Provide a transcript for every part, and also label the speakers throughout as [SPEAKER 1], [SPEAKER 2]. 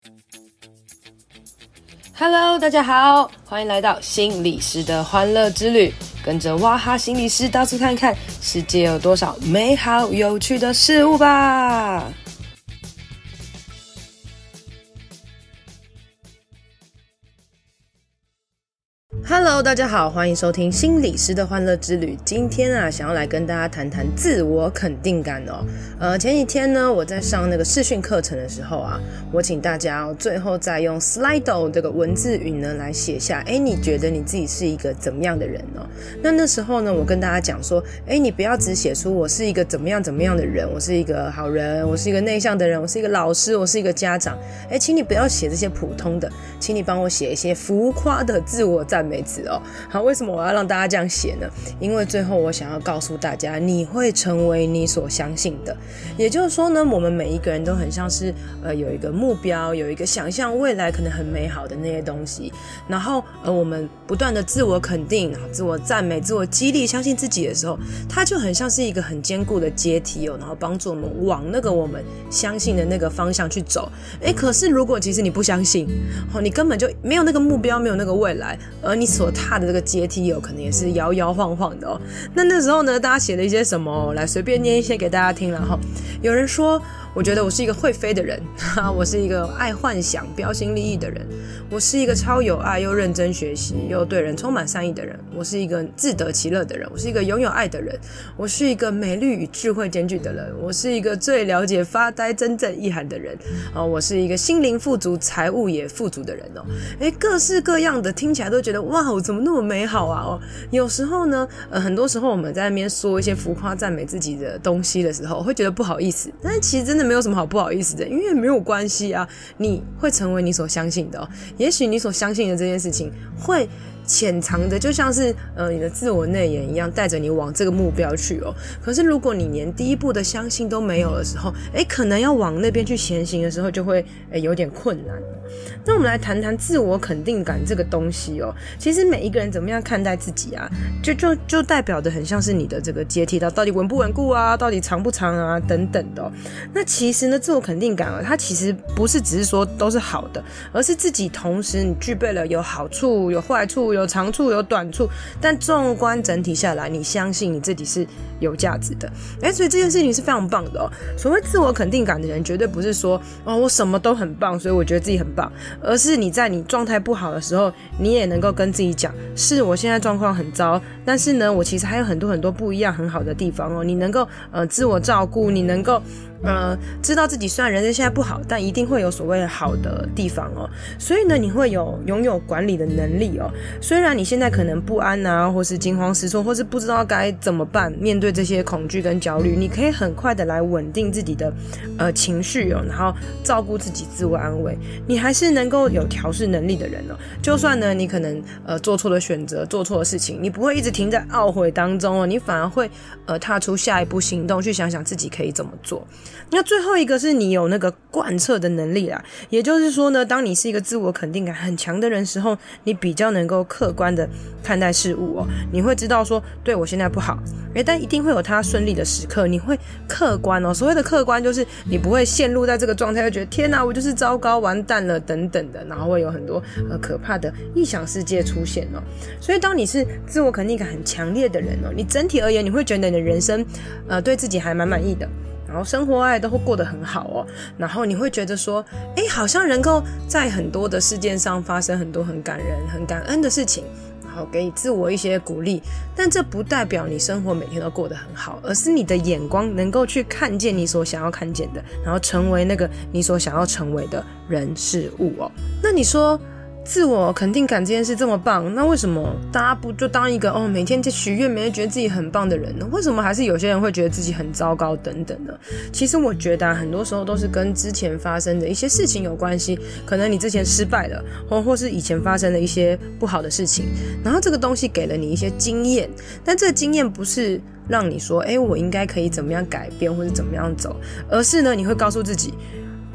[SPEAKER 1] Hello， 大家好，欢迎来到心理师的欢乐之旅，跟着哇哈心理师到处看看世界有多少美好有趣的事物吧。Hello， 大家好，欢迎收听心理师的欢乐之旅。今天啊，想要来跟大家谈谈自我肯定感哦。前几天呢，我在上那个视讯课程的时候啊，我请大家最后再用 Slido 这个文字云呢来写下，你觉得你自己是一个怎么样的人哦？那时候呢，我跟大家讲说，你不要只写出我是一个怎么样的人，我是一个好人，我是一个内向的人，我是一个老师，我是一个家长。请你不要写这些普通的，请你帮我写一些浮夸的自我赞美词哦。好，为什么我要让大家这样写呢？因为最后我想要告诉大家，你会成为你所相信的。也就是说呢，我们每一个人都很像是有一个目标，有一个想象未来可能很美好的那些东西，然后我们不断的自我肯定，自我赞美，自我激励，相信自己的时候，它就很像是一个很坚固的阶梯哦，然后帮助我们往那个我们相信的那个方向去走。可是如果其实你不相信，你根本就没有那个目标，没有那个未来，而你所踏的这个阶梯可能也是摇摇晃晃的哦。那时候呢，大家写了一些什么？来随便念一些给大家听了哈。有人说，我觉得我是一个会飞的人，我是一个爱幻想、标新立异的人，我是一个超有爱又认真学习又对人充满善意的人，我是一个自得其乐的人，我是一个拥有爱的人，我是一个美丽与智慧兼具的人，我是一个最了解发呆真正意涵的人，我是一个心灵富足、财务也富足的人哦。各式各样的，听起来都觉得哇，我怎么那么美好啊哦。有时候呢，很多时候我们在那边说一些浮夸赞美自己的东西的时候，会觉得不好意思，但是其实真的没有什么好不好意思的，因为没有关系啊，你会成为你所相信的哦。也许你所相信的这件事情会潜藏的，就像是你的自我内延一样，带着你往这个目标去哦。可是如果你连第一步的相信都没有的时候，可能要往那边去前行的时候，就会有点困难。那我们来谈谈自我肯定感这个东西哦。其实每一个人怎么样看待自己啊，就代表的很像是你的这个阶梯到底稳不稳固啊，到底长不长啊，等等的哦。那其实呢，自我肯定感它其实不是只是说都是好的，而是自己同时你具备了有好处、有坏处、有长处、有短处，但纵观整体下来，你相信你自己是有价值的。所以这件事情是非常棒的哦。所谓自我肯定感的人，绝对不是说我什么都很棒，所以我觉得自己很棒，而是你在你状态不好的时候，你也能够跟自己讲，是我现在状况很糟，但是呢，我其实还有很多很多不一样很好的地方哦。你能够自我照顾，你能够知道自己虽然人生现在不好，但一定会有所谓好的地方哦。所以呢，你会拥有管理的能力哦。虽然你现在可能不安啊，或是惊慌失措，或是不知道该怎么办，面对这些恐惧跟焦虑，你可以很快的来稳定自己的情绪哦，然后照顾自己，自我安慰。你还是能够有调适能力的人哦。就算呢，你可能做错了选择，做错了事情，你不会一直停在懊悔当中哦，你反而会踏出下一步行动，去想想自己可以怎么做。那最后一个是你有那个贯彻的能力啦，也就是说呢，当你是一个自我肯定感很强的人时候，你比较能够客观的看待事物哦。你会知道说，对，我现在不好，但一定会有它顺利的时刻，你会客观哦。所谓的客观就是你不会陷入在这个状态，就觉得天哪，我就是糟糕，完蛋了等等的，然后会有很多可怕的异想世界出现哦。所以当你是自我肯定感很强烈的人哦，你整体而言你会觉得你的人生对自己还蛮满意的，然后生活都会过得很好哦，然后你会觉得说，好像能够在很多的事件上发生很多很感人、很感恩的事情，然后给自我一些鼓励。但这不代表你生活每天都过得很好，而是你的眼光能够去看见你所想要看见的，然后成为那个你所想要成为的人事物哦。那你说自我肯定感这件事这么棒，那为什么大家不就当一个每天就许愿，每天觉得自己很棒的人呢？为什么还是有些人会觉得自己很糟糕等等呢？其实我觉得很多时候都是跟之前发生的一些事情有关系，可能你之前失败了，或是以前发生的一些不好的事情，然后这个东西给了你一些经验，但这个经验不是让你说我应该可以怎么样改变或者怎么样走，而是呢你会告诉自己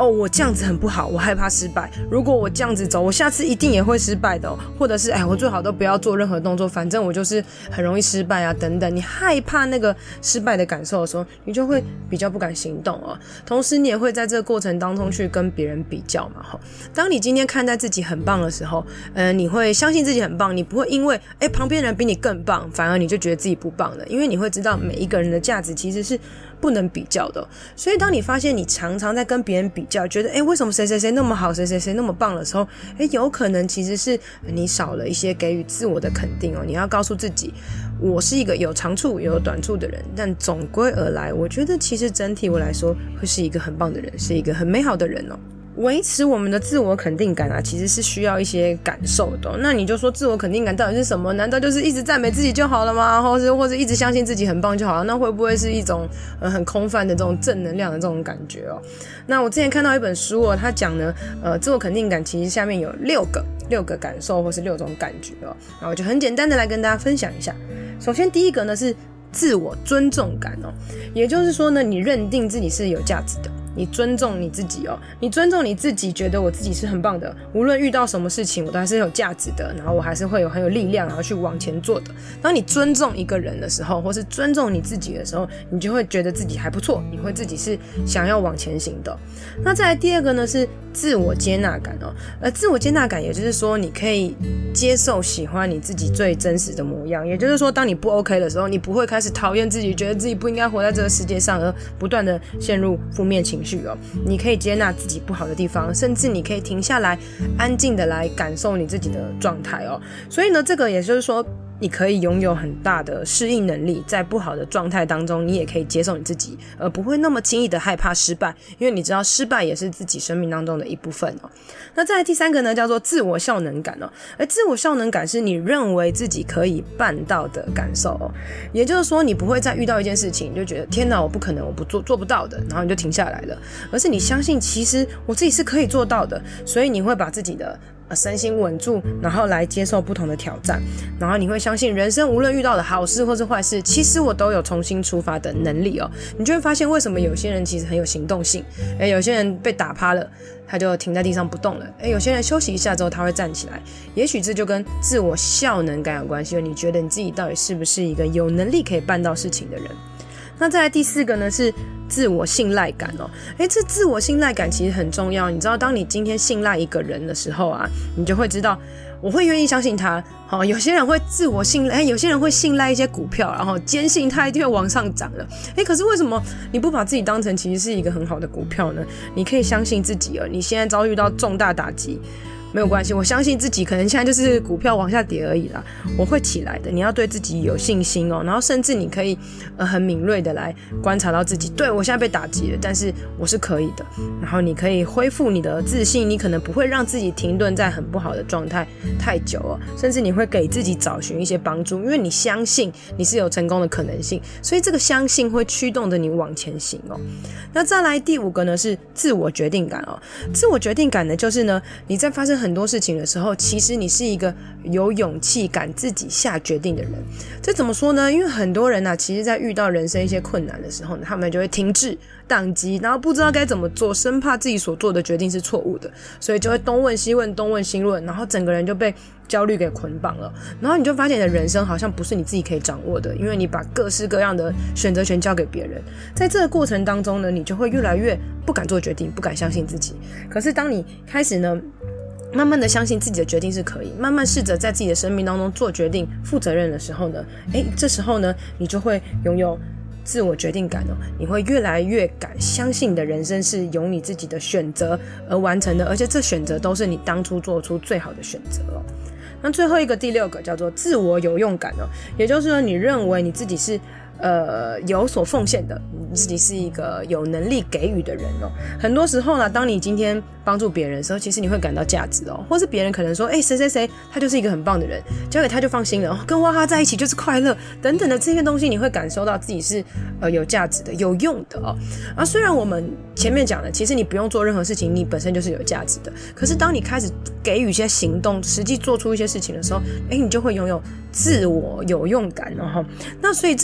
[SPEAKER 1] 我这样子很不好，我害怕失败，如果我这样子走，我下次一定也会失败的或者是我最好都不要做任何动作，反正我就是很容易失败啊等等。你害怕那个失败的感受的时候，你就会比较不敢行动同时你也会在这个过程当中去跟别人比较嘛当你今天看待自己很棒的时候，你会相信自己很棒，你不会因为旁边人比你更棒，反而你就觉得自己不棒了，因为你会知道每一个人的价值其实是不能比较的所以当你发现你常常在跟别人比较，觉得为什么谁谁谁那么好，谁谁谁那么棒的时候，有可能其实是你少了一些给予自我的肯定你要告诉自己，我是一个有长处也有短处的人，但总归而来，我觉得其实整体我来说会是一个很棒的人，是一个很美好的人维持我们的自我肯定感其实是需要一些感受的那你就说自我肯定感到底是什么？难道就是一直赞美自己就好了吗？或者一直相信自己很棒就好了？那会不会是一种很空泛的这种正能量的这种感觉那我之前看到一本书它讲呢自我肯定感其实下面有六个感受或是6种感觉那我就很简单的来跟大家分享一下。首先第一个呢是自我尊重感也就是说呢，你认定自己是有价值的，你尊重你自己你尊重你自己，觉得我自己是很棒的，无论遇到什么事情我都还是有价值的，然后我还是会很有力量然后去往前做的。当你尊重一个人的时候，或是尊重你自己的时候，你就会觉得自己还不错，你会自己是想要往前行的那再来第二个呢是自我接纳感自我接纳感也就是说你可以接受喜欢你自己最真实的模样，也就是说当你不 OK 的时候，你不会开始讨厌自己，觉得自己不应该活在这个世界上，而不断的陷入负面情绪你可以接纳自己不好的地方，甚至你可以停下来安静的来感受你自己的状态所以呢这个也就是说你可以拥有很大的适应能力，在不好的状态当中你也可以接受你自己，而不会那么轻易的害怕失败，因为你知道失败也是自己生命当中的一部分那再来第三个呢叫做自我效能感而自我效能感是你认为自己可以办到的感受也就是说你不会再遇到一件事情你就觉得天哪我不可能，我做不到的，然后你就停下来了，而是你相信其实我自己是可以做到的，所以你会把自己的身心稳住，然后来接受不同的挑战，然后你会相信人生无论遇到的好事或是坏事，其实我都有重新出发的能力你就会发现为什么有些人其实很有行动性有些人被打趴了他就停在地上不动了有些人休息一下之后他会站起来，也许这就跟自我效能感有关系你觉得你自己到底是不是一个有能力可以办到事情的人。那再来第四个呢是自我信赖感这自我信赖感其实很重要，你知道当你今天信赖一个人的时候你就会知道我会愿意相信他有些人会自我信赖有些人会信赖一些股票，然后坚信他一定会往上涨了可是为什么你不把自己当成其实是一个很好的股票呢？你可以相信自己你现在遭遇到重大打击没有关系，我相信自己可能现在就是股票往下跌而已啦，我会起来的，你要对自己有信心然后甚至你可以很敏锐的来观察到自己，对我现在被打击了，但是我是可以的，然后你可以恢复你的自信，你可能不会让自己停顿在很不好的状态太久甚至你会给自己找寻一些帮助，因为你相信你是有成功的可能性，所以这个相信会驱动着你往前行那再来第五个呢是自我决定感自我决定感呢就是呢你在发生很多事情的时候，其实你是一个有勇气敢自己下决定的人。这怎么说呢？因为很多人其实在遇到人生一些困难的时候呢，他们就会停滞宕机，然后不知道该怎么做，生怕自己所做的决定是错误的，所以就会东问西问，东问西问，然后整个人就被焦虑给捆绑了，然后你就发现你的人生好像不是你自己可以掌握的，因为你把各式各样的选择权交给别人，在这个过程当中呢，你就会越来越不敢做决定，不敢相信自己。可是当你开始呢慢慢的相信自己的决定是可以，慢慢试着在自己的生命当中做决定负责任的时候呢这时候呢你就会拥有自我决定感你会越来越敢相信你的人生是由你自己的选择而完成的，而且这选择都是你当初做出最好的选择那最后一个第六个叫做自我有用感也就是说你认为你自己是有所奉献的，你自己是一个有能力给予的人很多时候呢，当你今天帮助别人的时候，其实你会感到价值或是别人可能说谁谁谁他就是一个很棒的人，交给他就放心了跟哇哈在一起就是快乐等等的这些东西，你会感受到自己是有价值的有用的虽然我们前面讲的其实你不用做任何事情，你本身就是有价值的，可是当你开始给予一些行动，实际做出一些事情的时候你就会拥有自我有用感那所以这也是我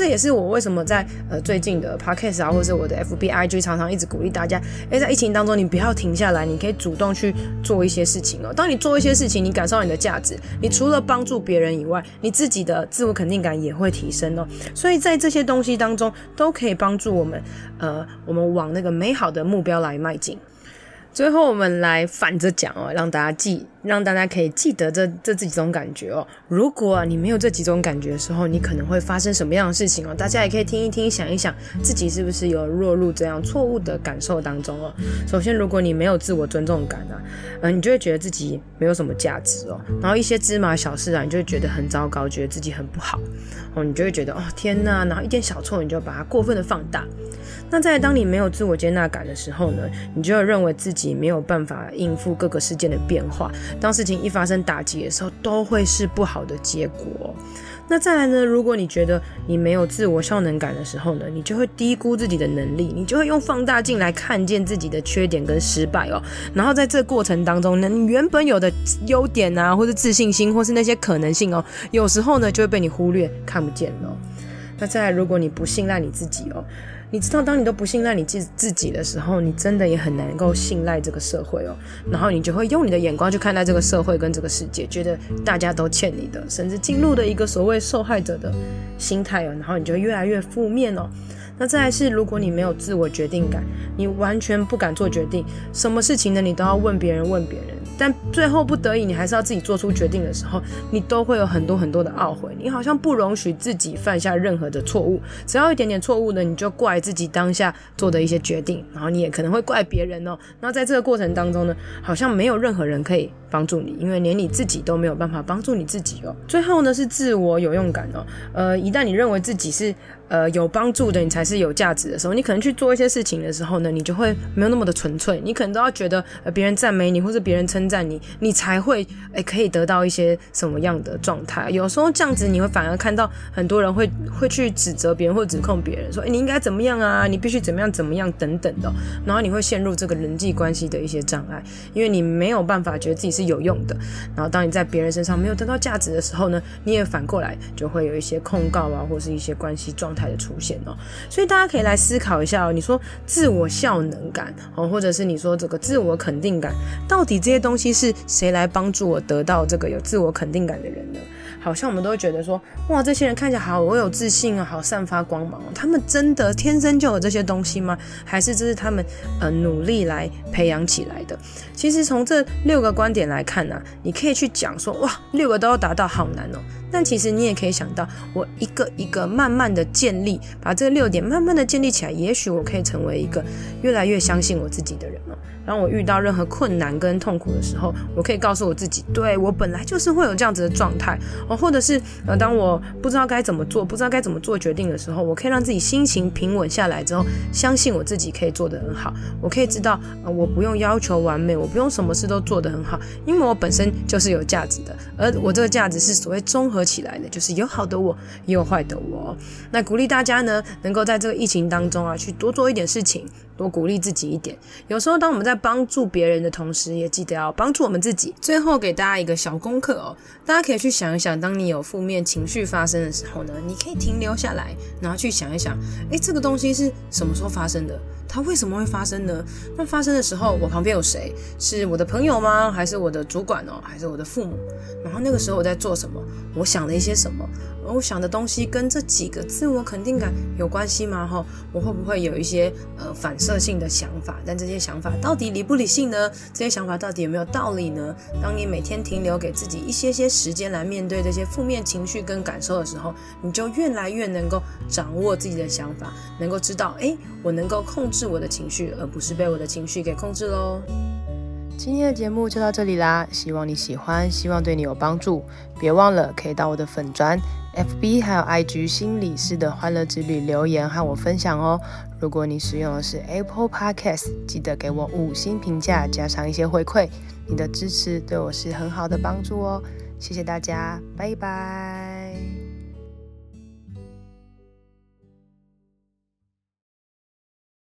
[SPEAKER 1] 我为什么在最近的 podcast 啊，或是我的 FB IG 常常一直鼓励大家，在疫情当中你不要停下来，你可以主动去做一些事情哦。当你做一些事情，你感受到你的价值，你除了帮助别人以外，你自己的自我肯定感也会提升哦。所以在这些东西当中，都可以帮助我们往那个美好的目标来迈进。最后我们来反着讲哦，让大家可以记得这几种感觉哦。如果你没有这几种感觉的时候，你可能会发生什么样的事情哦？大家也可以听一听，想一想自己是不是有落入这样错误的感受当中哦。首先，如果你没有自我尊重感啊，你就会觉得自己没有什么价值哦。然后一些芝麻小事啊，你就会觉得很糟糕，觉得自己很不好哦。你就会觉得天哪，然后一点小错你就把它过分的放大。那再来，当你没有自我接纳感的时候呢，你就会认为自己没有办法应付各个事件的变化，当事情一发生打击的时候，都会是不好的结果。那再来呢，如果你觉得你没有自我效能感的时候呢，你就会低估自己的能力，你就会用放大镜来看见自己的缺点跟失败哦。然后在这过程当中呢，你原本有的优点啊，或是自信心，或是那些可能性哦，有时候呢就会被你忽略看不见了。那再来，如果你不信赖你自己哦，你知道当你都不信赖你自己的时候，你真的也很难够信赖这个社会哦。然后你就会用你的眼光去看待这个社会跟这个世界，觉得大家都欠你的，甚至进入了一个所谓受害者的心态哦。然后你就会越来越负面哦。那再来是，如果你没有自我决定感，你完全不敢做决定，什么事情呢你都要问别人，但最后不得已你还是要自己做出决定的时候，你都会有很多很多的懊悔，你好像不容许自己犯下任何的错误，只要一点点错误呢，你就怪自己当下做的一些决定，然后你也可能会怪别人哦。那在这个过程当中呢，好像没有任何人可以帮助你，因为连你自己都没有办法帮助你自己哦。最后呢是自我有用感哦，一旦你认为自己是有帮助的，你才是有价值的时候，你可能去做一些事情的时候呢，你就会没有那么的纯粹，你可能都要觉得别人赞美你或是别人称赞你，你才会可以得到一些什么样的状态。有时候这样子你会反而看到很多人会去指责别人或指控别人说你应该怎么样啊，你必须怎么样等等的然后你会陷入这个人际关系的一些障碍，因为你没有办法觉得自己是有用的。然后当你在别人身上没有得到价值的时候呢，你也反过来就会有一些控告啊，或是一些关系状态的出现哦。所以大家可以来思考一下哦，你说自我效能感哦，或者是你说这个自我肯定感，到底这些东西是谁来帮助我得到这个有自我肯定感的人呢？好像我们都会觉得说，哇，这些人看起来好有自信啊，好散发光芒哦。他们真的天生就有这些东西吗？还是这是他们努力来培养起来的？其实从这6个观点来看啊，你可以去讲说，哇，6个都要达到好难哦。但其实你也可以想到，我一个一个慢慢的建立，把这6点慢慢的建立起来，也许我可以成为一个越来越相信我自己的人哦。当我遇到任何困难跟痛苦的时候，我可以告诉我自己，对，我本来就是会有这样子的状态哦。或者是当我不知道该怎么做，不知道该怎么做决定的时候，我可以让自己心情平稳下来之后，相信我自己可以做得很好。我可以知道我不用要求完美，我不用什么事都做得很好，因为我本身就是有价值的，而我这个价值是所谓综合起来的，就是有好的我也有坏的我。那鼓励大家呢，能够在这个疫情当中啊，去多做一点事情，多鼓励自己一点。有时候当我们在帮助别人的同时，也记得要帮助我们自己。最后给大家一个小功课哦，大家可以去想一想，当你有负面情绪发生的时候呢，你可以停留下来，然后去想一想，这个东西是什么时候发生的？它为什么会发生呢？那发生的时候我旁边有谁？是我的朋友吗？还是我的主管哦？还是我的父母？然后那个时候我在做什么？我想了一些什么？我想的东西跟这几个自我肯定感有关系吗？我会不会有一些反射性的想法？但这些想法到底理不理性呢？这些想法到底有没有道理呢？当你每天停留给自己一些时间来面对这些负面情绪跟感受的时候，你就越来越能够掌握自己的想法，能够知道我能够控制我的情绪，而不是被我的情绪给控制咯。今天的节目就到这里啦，希望你喜欢，希望对你有帮助。别忘了可以到我的粉专 FB 还有 IG 心理师的欢乐之旅留言和我分享哦。如果你使用的是 Apple Podcast， 记得给我5星评价加上一些回馈，你的支持对我是很好的帮助哦。谢谢大家，拜拜。